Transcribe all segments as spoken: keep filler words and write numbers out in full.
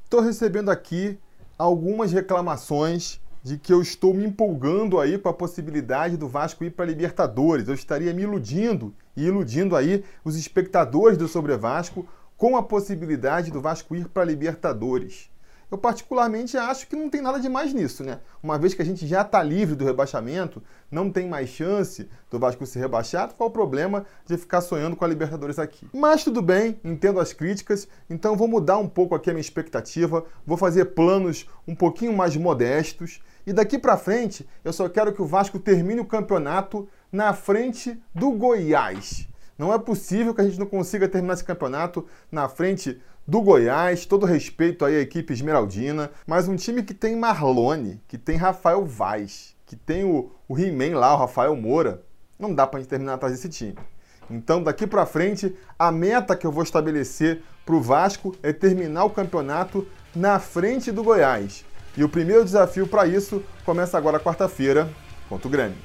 Estou recebendo aqui algumas reclamações de que eu estou me empolgando aí com a possibilidade do Vasco ir para a Libertadores. Eu estaria me iludindo e iludindo aí os espectadores do Sobre Vasco com a possibilidade do Vasco ir para a Libertadores. Eu particularmente acho que não tem nada de mais nisso, né? Uma vez que a gente já está livre do rebaixamento, não tem mais chance do Vasco ser rebaixado, qual o problema de ficar sonhando com a Libertadores aqui? Mas tudo bem, entendo as críticas, então vou mudar um pouco aqui a minha expectativa, vou fazer planos um pouquinho mais modestos, e daqui para frente eu só quero que o Vasco termine o campeonato na frente do Goiás. Não é possível que a gente não consiga terminar esse campeonato na frente do Goiás, todo respeito aí à equipe esmeraldina, mas um time que tem Marlone, que tem Rafael Vaz, que tem o, o He-Man lá, o Rafael Moura, não dá pra gente terminar atrás desse time. Então, daqui pra frente, a meta que eu vou estabelecer pro Vasco é terminar o campeonato na frente do Goiás. E o primeiro desafio para isso começa agora quarta-feira contra o Grêmio.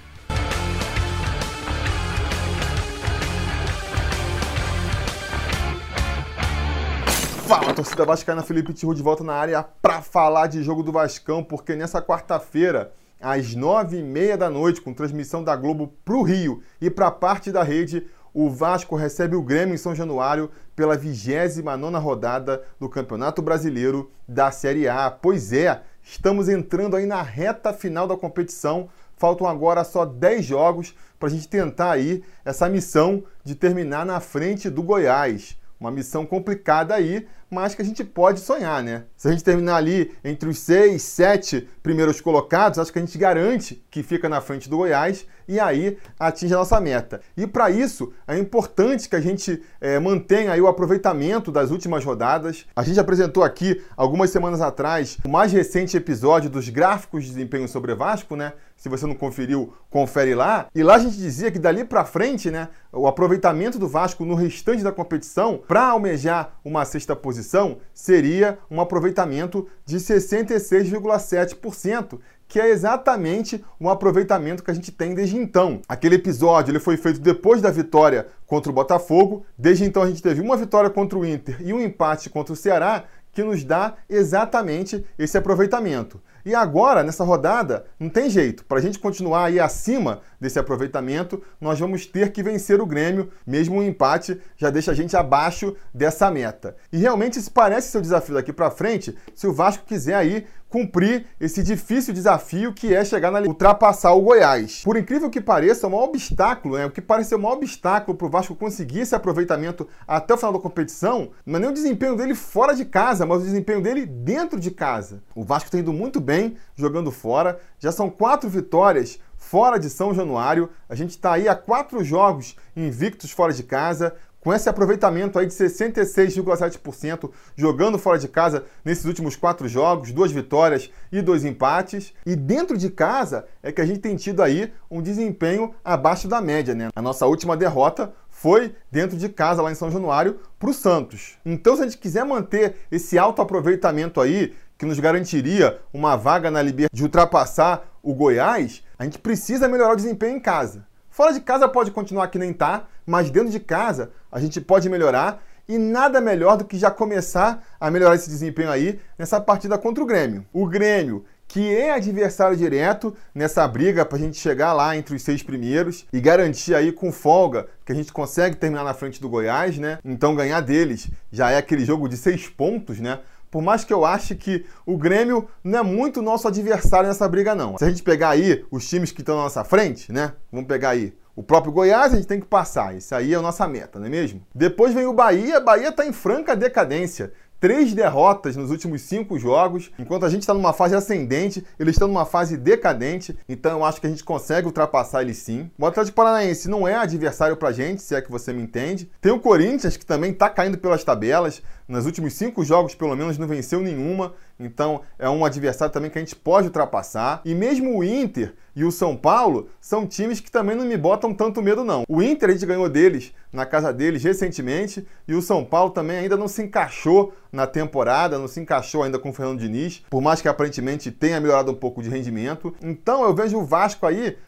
Fala, torcida vascaína, Felipe Tiru de volta na área para falar de jogo do Vascão, porque nessa quarta-feira, às nove e meia da noite, com transmissão da Globo para o Rio e para parte da rede, o Vasco recebe o Grêmio em São Januário pela vigésima nona rodada do Campeonato Brasileiro da Série A. Pois é, estamos entrando aí na reta final da competição, faltam agora só dez jogos para a gente tentar aí essa missão de terminar na frente do Goiás. Uma missão complicada aí, mas que a gente pode sonhar, né? Se a gente terminar ali entre os seis, sete primeiros colocados, acho que a gente garante que fica na frente do Goiás e aí atinge a nossa meta. E para isso, é importante que a gente é, mantenha aí o aproveitamento das últimas rodadas. A gente apresentou aqui, algumas semanas atrás, o mais recente episódio dos gráficos de desempenho sobre Vasco, né? Se você não conferiu, confere lá. E lá a gente dizia que dali para frente, né, o aproveitamento do Vasco no restante da competição, para almejar uma sexta posição, seria um aproveitamento de sessenta e seis vírgula sete por cento, que é exatamente um aproveitamento que a gente tem desde então. Aquele episódio ele foi feito depois da vitória contra o Botafogo. Desde então a gente teve uma vitória contra o Inter e um empate contra o Ceará, que nos dá exatamente esse aproveitamento. E agora, nessa rodada, não tem jeito. Para a gente continuar aí acima desse aproveitamento, nós vamos ter que vencer o Grêmio, mesmo um empate já deixa a gente abaixo dessa meta. E realmente isso parece ser o desafio daqui para frente, se o Vasco quiser aí cumprir esse difícil desafio que é chegar na ultrapassar o Goiás. Por incrível que pareça, é o maior obstáculo, né? O que parece ser o maior obstáculo para o Vasco conseguir esse aproveitamento até o final da competição, não é nem o desempenho dele fora de casa, mas o desempenho dele dentro de casa. O Vasco está indo muito bem jogando fora, já são quatro vitórias fora de São Januário, a gente está aí a quatro jogos invictos fora de casa, com esse aproveitamento aí de sessenta e seis vírgula sete por cento jogando fora de casa nesses últimos quatro jogos, duas vitórias e dois empates. E dentro de casa é que a gente tem tido aí um desempenho abaixo da média, né? A nossa última derrota foi dentro de casa, lá em São Januário, para o Santos. Então, se a gente quiser manter esse alto aproveitamento aí, que nos garantiria uma vaga na Libertadores de ultrapassar o Goiás, a gente precisa melhorar o desempenho em casa. Fora de casa pode continuar que nem tá, mas dentro de casa a gente pode melhorar e nada melhor do que já começar a melhorar esse desempenho aí nessa partida contra o Grêmio. O Grêmio, que é adversário direto nessa briga para a gente chegar lá entre os seis primeiros e garantir aí com folga que a gente consegue terminar na frente do Goiás, né? Então ganhar deles já é aquele jogo de seis pontos, né? Por mais que eu ache que o Grêmio não é muito nosso adversário nessa briga, não. Se a gente pegar aí os times que estão na nossa frente, né? Vamos pegar aí o próprio Goiás, a gente tem que passar. Isso aí é a nossa meta, não é mesmo? Depois vem o Bahia. Bahia está em franca decadência. Três derrotas nos últimos cinco jogos. Enquanto a gente está numa fase ascendente, eles estão numa fase decadente. Então eu acho que a gente consegue ultrapassar eles sim. O Atlético Paranaense não é adversário pra gente, se é que você me entende. Tem o Corinthians, que também está caindo pelas tabelas. Nos últimos cinco jogos, pelo menos, não venceu nenhuma. Então é um adversário também que a gente pode ultrapassar. E mesmo o Inter e o São Paulo são times que também não me botam tanto medo, não. O Inter a gente ganhou deles na casa deles recentemente e o São Paulo também ainda não se encaixou na temporada, não se encaixou ainda com o Fernando Diniz, por mais que aparentemente tenha melhorado um pouco de rendimento. Então eu vejo o Vasco aí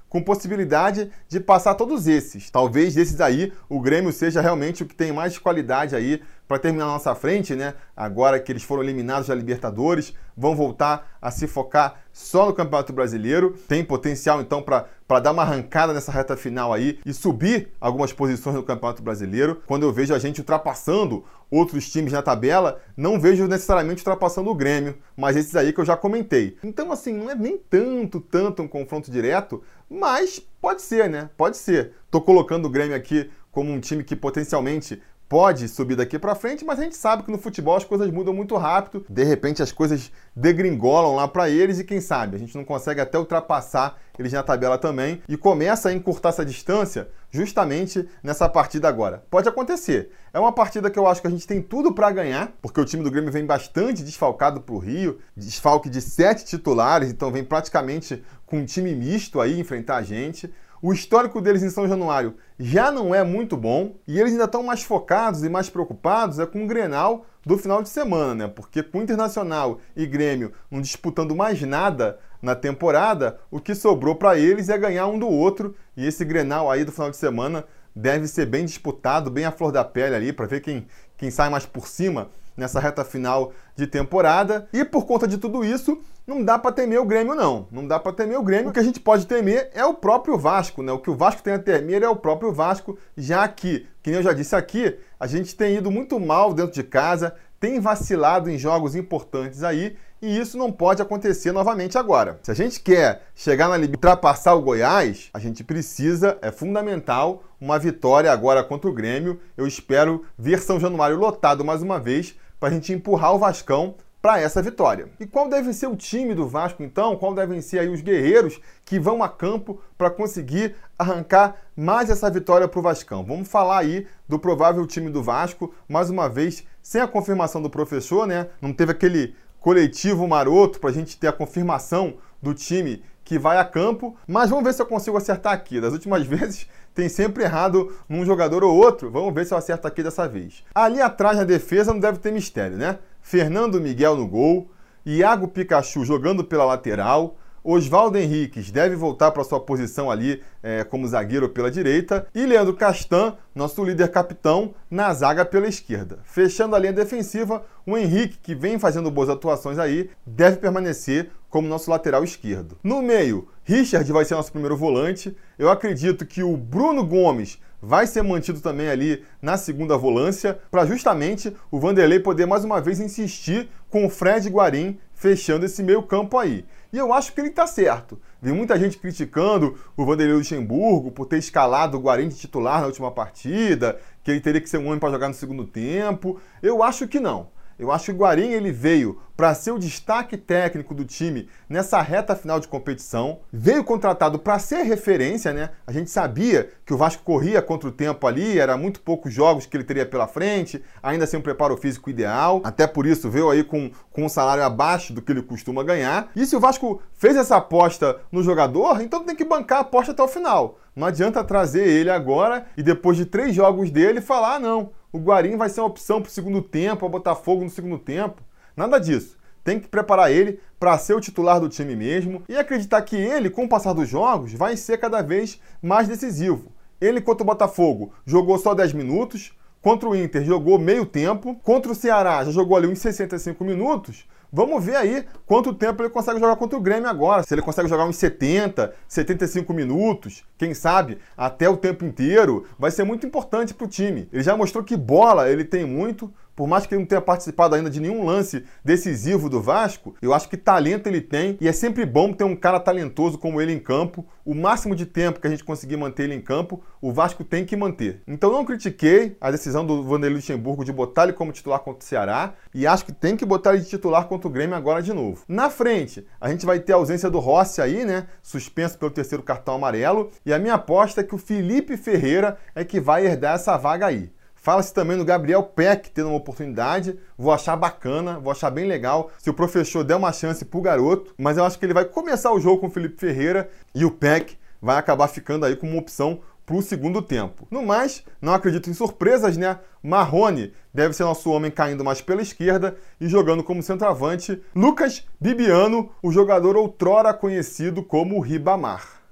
com possibilidade de passar todos esses. Talvez desses aí o Grêmio seja realmente o que tem mais qualidade aí para terminar na nossa frente, né? Agora que eles foram eliminados da Libertadores, vão voltar a se focar só no Campeonato Brasileiro. Tem potencial, então, para dar uma arrancada nessa reta final aí e subir algumas posições no Campeonato Brasileiro. Quando eu vejo a gente ultrapassando outros times na tabela, não vejo necessariamente ultrapassando o Grêmio, mas esses aí que eu já comentei. Então, assim, não é nem tanto, tanto um confronto direto, mas pode ser, né? Pode ser. Tô colocando o Grêmio aqui como um time que potencialmente pode subir daqui para frente, mas a gente sabe que no futebol as coisas mudam muito rápido, de repente as coisas degringolam lá para eles e quem sabe a gente não consegue até ultrapassar eles na tabela também e começa a encurtar essa distância justamente nessa partida agora. Pode acontecer. É uma partida que eu acho que a gente tem tudo para ganhar, porque o time do Grêmio vem bastante desfalcado para o Rio, desfalque de sete titulares, então vem praticamente com um time misto aí enfrentar a gente. O histórico deles em São Januário já não é muito bom e eles ainda estão mais focados e mais preocupados é com o Grenal do final de semana, né? Porque com o Internacional e Grêmio não disputando mais nada na temporada, o que sobrou para eles é ganhar um do outro e esse Grenal aí do final de semana deve ser bem disputado, bem à flor da pele ali, para ver quem, quem sai mais por cima nessa reta final de temporada. E por conta de tudo isso, não dá para temer o Grêmio, não. Não dá para temer o Grêmio. O que a gente pode temer é o próprio Vasco, né? O que o Vasco tem a temer é o próprio Vasco, já que, que nem eu já disse aqui, a gente tem ido muito mal dentro de casa, tem vacilado em jogos importantes aí, e isso não pode acontecer novamente agora. Se a gente quer chegar na Liga e ultrapassar o Goiás, a gente precisa, é fundamental, uma vitória agora contra o Grêmio. Eu espero ver São Januário lotado mais uma vez para a gente empurrar o Vascão para essa vitória. E qual deve ser o time do Vasco, então? Qual devem ser aí os guerreiros que vão a campo para conseguir arrancar mais essa vitória para o Vascão? Vamos falar aí do provável time do Vasco, mais uma vez, sem a confirmação do professor, né? Não teve aquele coletivo maroto para a gente ter a confirmação do time que vai a campo, mas vamos ver se eu consigo acertar aqui. Das últimas vezes tem sempre errado num jogador ou outro, vamos ver se eu acerto aqui dessa vez. Ali atrás na defesa não deve ter mistério, né? Fernando Miguel no gol, Iago Pikachu jogando pela lateral, Oswaldo Henriques deve voltar para sua posição ali é, como zagueiro pela direita e Leandro Castan, nosso líder capitão, na zaga pela esquerda. Fechando a linha defensiva, o Henrique, que vem fazendo boas atuações aí, deve permanecer como nosso lateral esquerdo. No meio, Richard vai ser nosso primeiro volante. Eu acredito que o Bruno Gomes vai ser mantido também ali na segunda volância, para justamente o Vanderlei poder mais uma vez insistir com o Fred Guarim fechando esse meio campo aí. E eu acho que ele está certo. Vi muita gente criticando o Vanderlei Luxemburgo por ter escalado o Guarim de titular na última partida, que ele teria que ser um homem para jogar no segundo tempo. Eu acho que não. Eu acho que o Guarim ele veio para ser o destaque técnico do time nessa reta final de competição. Veio contratado para ser referência, né? A gente sabia que o Vasco corria contra o tempo ali, era muito poucos jogos que ele teria pela frente, ainda sem um preparo físico ideal. Até por isso veio aí com, com um salário abaixo do que ele costuma ganhar. E se o Vasco fez essa aposta no jogador, então tem que bancar a aposta até o final. Não adianta trazer ele agora e depois de três jogos dele falar, ah, não, o Guarim vai ser uma opção para o segundo tempo, para botar fogo no segundo tempo. Nada disso. Tem que preparar ele para ser o titular do time mesmo e acreditar que ele, com o passar dos jogos, vai ser cada vez mais decisivo. Ele, contra o Botafogo, jogou só dez minutos, contra o Inter jogou meio tempo, contra o Ceará já jogou ali uns sessenta e cinco minutos. Vamos ver aí quanto tempo ele consegue jogar contra o Grêmio agora. Se ele consegue jogar uns setenta, setenta e cinco minutos, quem sabe até o tempo inteiro, vai ser muito importante para o time. Ele já mostrou que bola ele tem muito, por mais que ele não tenha participado ainda de nenhum lance decisivo do Vasco, eu acho que talento ele tem e é sempre bom ter um cara talentoso como ele em campo. O máximo de tempo que a gente conseguir manter ele em campo, o Vasco tem que manter. Então não critiquei a decisão do Vanderlei Luxemburgo de botar ele como titular contra o Ceará e acho que tem que botar ele de titular contra o Grêmio agora de novo. Na frente, a gente vai ter a ausência do Rossi aí, né? Suspenso pelo terceiro cartão amarelo. E a minha aposta é que o Felipe Ferreira é que vai herdar essa vaga aí. Fala-se também no Gabriel Peck tendo uma oportunidade, vou achar bacana, vou achar bem legal se o professor der uma chance pro garoto, mas eu acho que ele vai começar o jogo com o Felipe Ferreira e o Peck vai acabar ficando aí como uma opção pro segundo tempo. No mais, não acredito em surpresas, né? Marrone deve ser nosso homem caindo mais pela esquerda e jogando como centroavante Lucas Bibiano, o jogador outrora conhecido como Ribamar.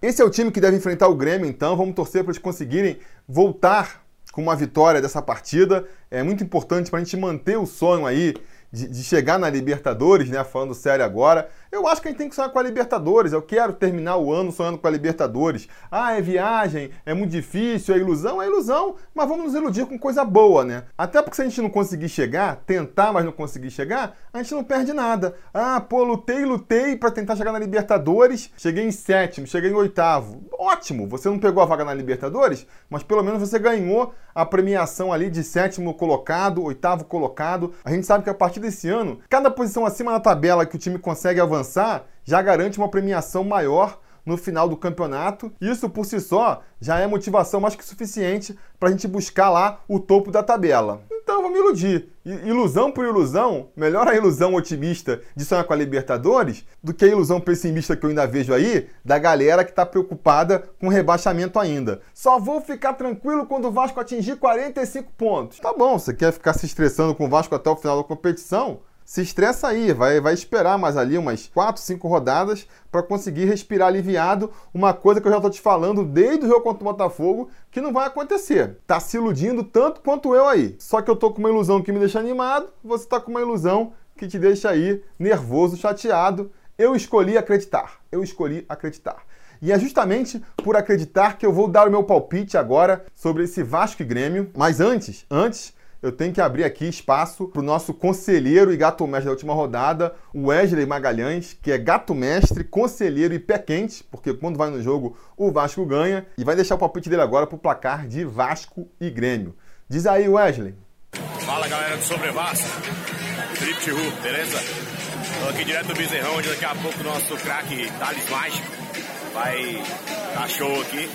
Esse é o time que deve enfrentar o Grêmio, então vamos torcer para eles conseguirem voltar com uma vitória dessa partida. É muito importante para a gente manter o sonho aí de, de chegar na Libertadores, né? Falando sério agora. Eu acho que a gente tem que sonhar com a Libertadores. Eu quero terminar o ano sonhando com a Libertadores. Ah, é viagem, é muito difícil, é ilusão, é ilusão, mas vamos nos iludir com coisa boa, né? Até porque se a gente não conseguir chegar, tentar, mas não conseguir chegar, a gente não perde nada. Ah, pô, lutei, lutei para tentar chegar na Libertadores, cheguei em sétimo, cheguei em oitavo. Ótimo, você não pegou a vaga na Libertadores, mas pelo menos você ganhou a premiação ali de sétimo colocado, oitavo colocado. A gente sabe que a partir desse ano, cada posição acima na tabela que o time consegue avançar já garante uma premiação maior no final do campeonato. Isso por si só já é motivação mais que suficiente para a gente buscar lá o topo da tabela. Então vamos iludir. Ilusão por ilusão, melhor a ilusão otimista de sonhar com a Libertadores do que a ilusão pessimista que eu ainda vejo aí da galera que está preocupada com o rebaixamento ainda. Só vou ficar tranquilo quando o Vasco atingir quarenta e cinco pontos. Tá bom, você quer ficar se estressando com o Vasco até o final da competição? Se estressa aí, vai, vai esperar mais ali umas quatro, cinco rodadas para conseguir respirar aliviado, uma coisa que eu já tô te falando desde o jogo contra o Botafogo, que não vai acontecer. Tá se iludindo tanto quanto eu aí. Só que eu tô com uma ilusão que me deixa animado, você tá com uma ilusão que te deixa aí nervoso, chateado. Eu escolhi acreditar, eu escolhi acreditar. E é justamente por acreditar que eu vou dar o meu palpite agora sobre esse Vasco e Grêmio. Mas antes, antes... eu tenho que abrir aqui espaço para o nosso conselheiro e gato-mestre da última rodada, o Wesley Magalhães, que é gato-mestre, conselheiro e pé quente, porque quando vai no jogo o Vasco ganha, e vai deixar o palpite dele agora para o placar de Vasco e Grêmio. Diz aí, Wesley. Fala, galera do Sobre Vasco, Felipe Tiru, beleza? Estou aqui direto do Bezerrão, onde daqui a pouco o nosso craque Thales Mágico vai dar show aqui.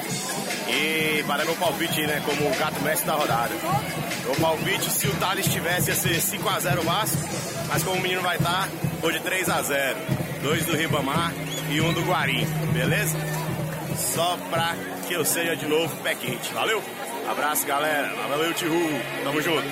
E para dar meu palpite, né, como o gato-mestre da rodada. Meu palpite, se o Thales tivesse, ia ser cinco a zero o Vasco, mas como o menino vai estar, vou de três a zero. Dois do Ribamar e um do Guarim, beleza? Só pra que eu seja de novo pé quente. Valeu? Abraço, galera. Valeu, Tiru. Tamo junto.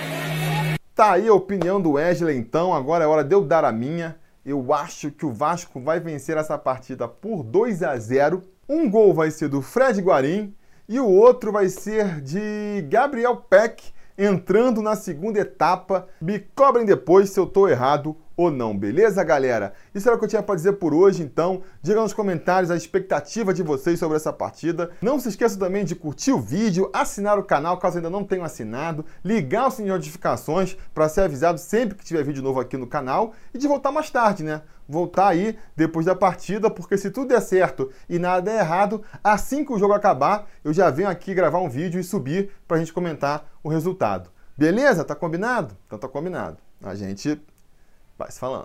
Tá aí a opinião do Wesley, então. Agora é hora de eu dar a minha. Eu acho que o Vasco vai vencer essa partida por dois a zero. Um gol vai ser do Fred Guarim e o outro vai ser de Gabriel Peck, entrando na segunda etapa. Me cobrem depois se eu tô errado ou não, beleza, galera? Isso era o que eu tinha para dizer por hoje, então diga nos comentários a expectativa de vocês sobre essa partida. Não se esqueça também de curtir o vídeo, assinar o canal caso ainda não tenham assinado, ligar o sininho de notificações para ser avisado sempre que tiver vídeo novo aqui no canal e de voltar mais tarde, né? Voltar aí depois da partida, porque se tudo der certo e nada der errado, assim que o jogo acabar, eu já venho aqui gravar um vídeo e subir pra gente comentar o resultado. Beleza? Tá combinado? Então tá combinado. A gente vai se falando.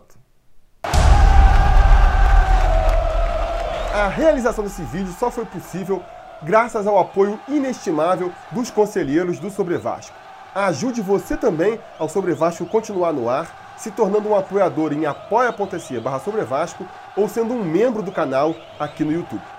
A realização desse vídeo só foi possível graças ao apoio inestimável dos conselheiros do Sobre Vasco. Ajude você também ao Sobre Vasco continuar no ar, se tornando um apoiador em apoia.se barra Sobre Vasco ou sendo um membro do canal aqui no YouTube.